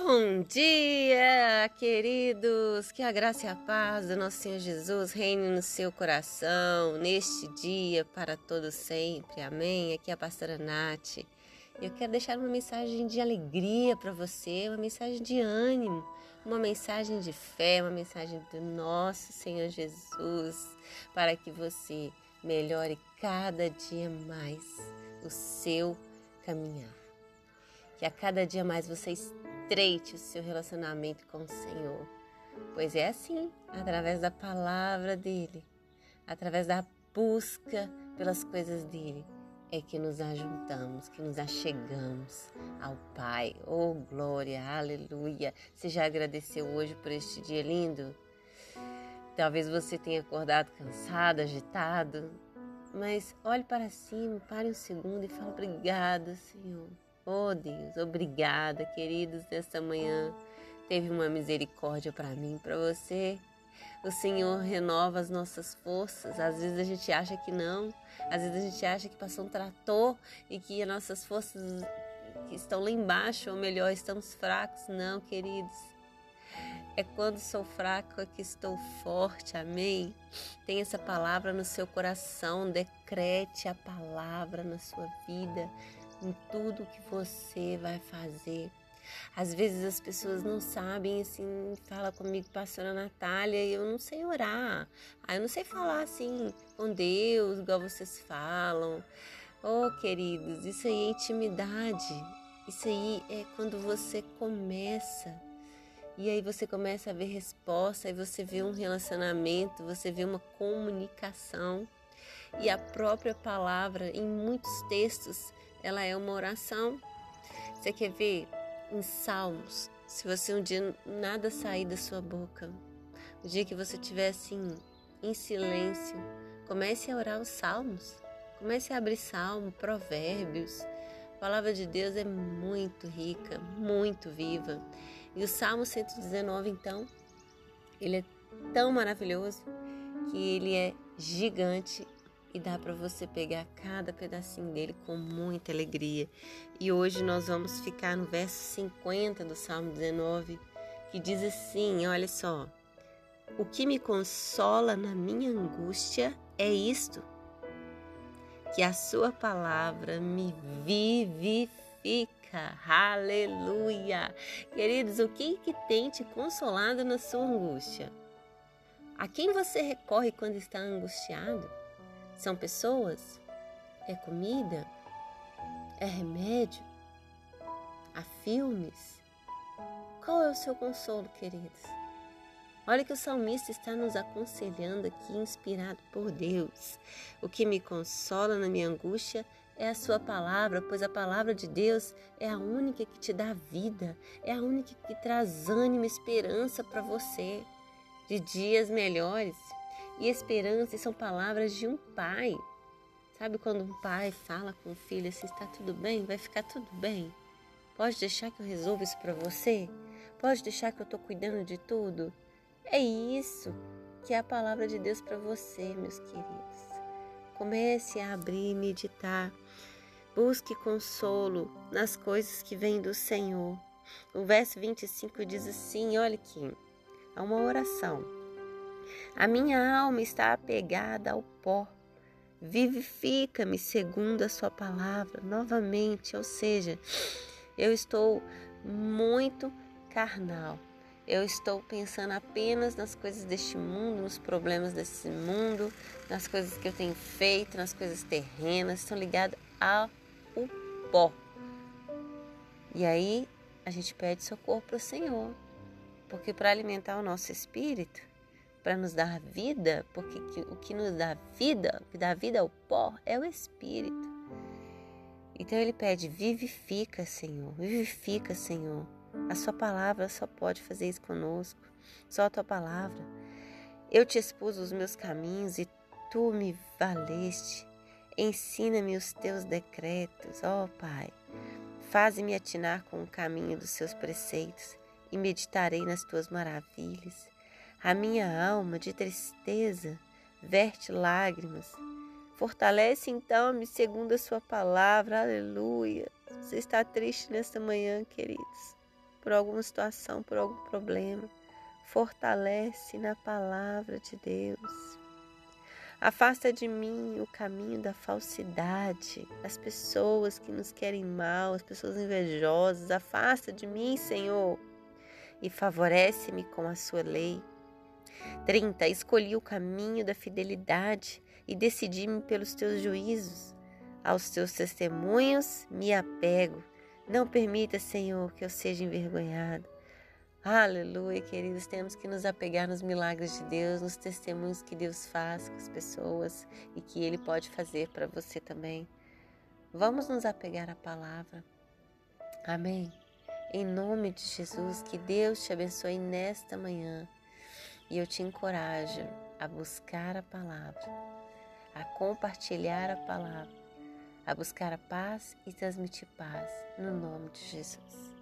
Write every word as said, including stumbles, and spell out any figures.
Bom dia, queridos! Que a graça e a paz do nosso Senhor Jesus reine no seu coração, neste dia, para todo sempre. Amém? Aqui é a pastora Nath. Eu quero deixar uma mensagem de alegria para você, uma mensagem de ânimo, uma mensagem de fé, uma mensagem do nosso Senhor Jesus, para que você melhore cada dia mais o seu caminhar. Que a cada dia mais você estreite o seu relacionamento com o Senhor. Pois é assim, através da palavra dEle, através da busca pelas coisas dEle, é que nos ajuntamos, que nos achegamos ao Pai. Oh, glória, aleluia! Você já agradeceu hoje por este dia lindo? Talvez você tenha acordado cansado, agitado, mas olhe para cima, pare um segundo e fale: obrigada, Senhor. Oh Deus, obrigada, queridos, nesta manhã teve uma misericórdia para mim, para você. O Senhor renova as nossas forças. Às vezes a gente acha que não, às vezes a gente acha que passou um trator e que as nossas forças estão lá embaixo, ou melhor, estamos fracos. Não, queridos. É quando sou fraco é que estou forte, amém? Tem essa palavra no seu coração, decrete a palavra na sua vida, em tudo que você vai fazer. Às vezes as pessoas não sabem, assim, fala comigo, pastora Natália, e eu não sei orar. Ah, eu não sei falar assim com Deus, igual vocês falam. Oh, queridos, isso aí é intimidade. Isso aí é quando você começa. E aí você começa a ver resposta, aí você vê um relacionamento, você vê uma comunicação. E a própria palavra, em muitos textos, ela é uma oração. Você quer ver em Salmos? Se você um dia nada sair da sua boca, o dia que você estiver assim, em silêncio, comece a orar os Salmos. Comece a abrir Salmo, Provérbios. A palavra de Deus é muito rica, muito viva. E o Salmo cento e dezenove, então, ele é tão maravilhoso que ele é gigante. E dá para você pegar cada pedacinho dele com muita alegria. E hoje nós vamos ficar no verso cinquenta do Salmo dezenove, que diz assim, olha só: o que me consola na minha angústia é isto, que a sua palavra me vivifica. Aleluia! Queridos, o que, que tem te consolado na sua angústia? A quem você recorre quando está angustiado? São pessoas? É comida? É remédio? Há filmes? Qual é o seu consolo, queridos? Olha que o salmista está nos aconselhando aqui, inspirado por Deus. O que me consola na minha angústia é a sua palavra, pois a palavra de Deus é a única que te dá vida, é a única que traz ânimo e esperança para você, de dias melhores. E esperança são palavras de um pai. Sabe quando um pai fala com o filho assim: está tudo bem? Vai ficar tudo bem? Pode deixar que eu resolva isso para você? Pode deixar que eu estou cuidando de tudo? É isso que é a palavra de Deus para você, meus queridos. Comece a abrir e meditar. Busque consolo nas coisas que vêm do Senhor. O verso vinte e cinco diz assim, olha aqui, é uma oração. A minha alma está apegada ao pó. Vivifica-me segundo a sua palavra novamente. Ou seja, eu estou muito carnal. Eu estou pensando apenas nas coisas deste mundo, nos problemas desse mundo, nas coisas que eu tenho feito, nas coisas terrenas. Estou ligada ao pó. E aí a gente pede socorro para o Senhor. Porque para alimentar o nosso espírito, para nos dar vida, porque o que nos dá vida, o que dá vida ao pó é o Espírito. Então ele pede: vivifica, Senhor, vivifica, Senhor. A sua palavra só pode fazer isso conosco, só a tua palavra. Eu te expus os meus caminhos e tu me valeste. Ensina-me os teus decretos, ó Pai. Faze-me atinar com o caminho dos seus preceitos e meditarei nas tuas maravilhas. A minha alma de tristeza verte lágrimas. Fortalece então-me segundo a sua palavra. Aleluia. Você está triste nesta manhã, queridos. por alguma situação, por algum problema. Fortalece na palavra de Deus. Afasta de mim o caminho da falsidade, as pessoas que nos querem mal, as pessoas invejosas. Afasta de mim, Senhor, e favorece-me com a sua lei. trinta. Escolhi o caminho da fidelidade e decidi-me pelos teus juízos. Aos teus testemunhos me apego. Não permita, Senhor, que eu seja envergonhado. Aleluia, queridos, temos que nos apegar nos milagres de Deus, nos testemunhos que Deus faz com as pessoas e que Ele pode fazer para você também. Vamos nos apegar à palavra. Amém? Em nome de Jesus, que Deus te abençoe nesta manhã. E eu te encorajo a buscar a palavra, a compartilhar a palavra, a buscar a paz e transmitir paz no nome de Jesus.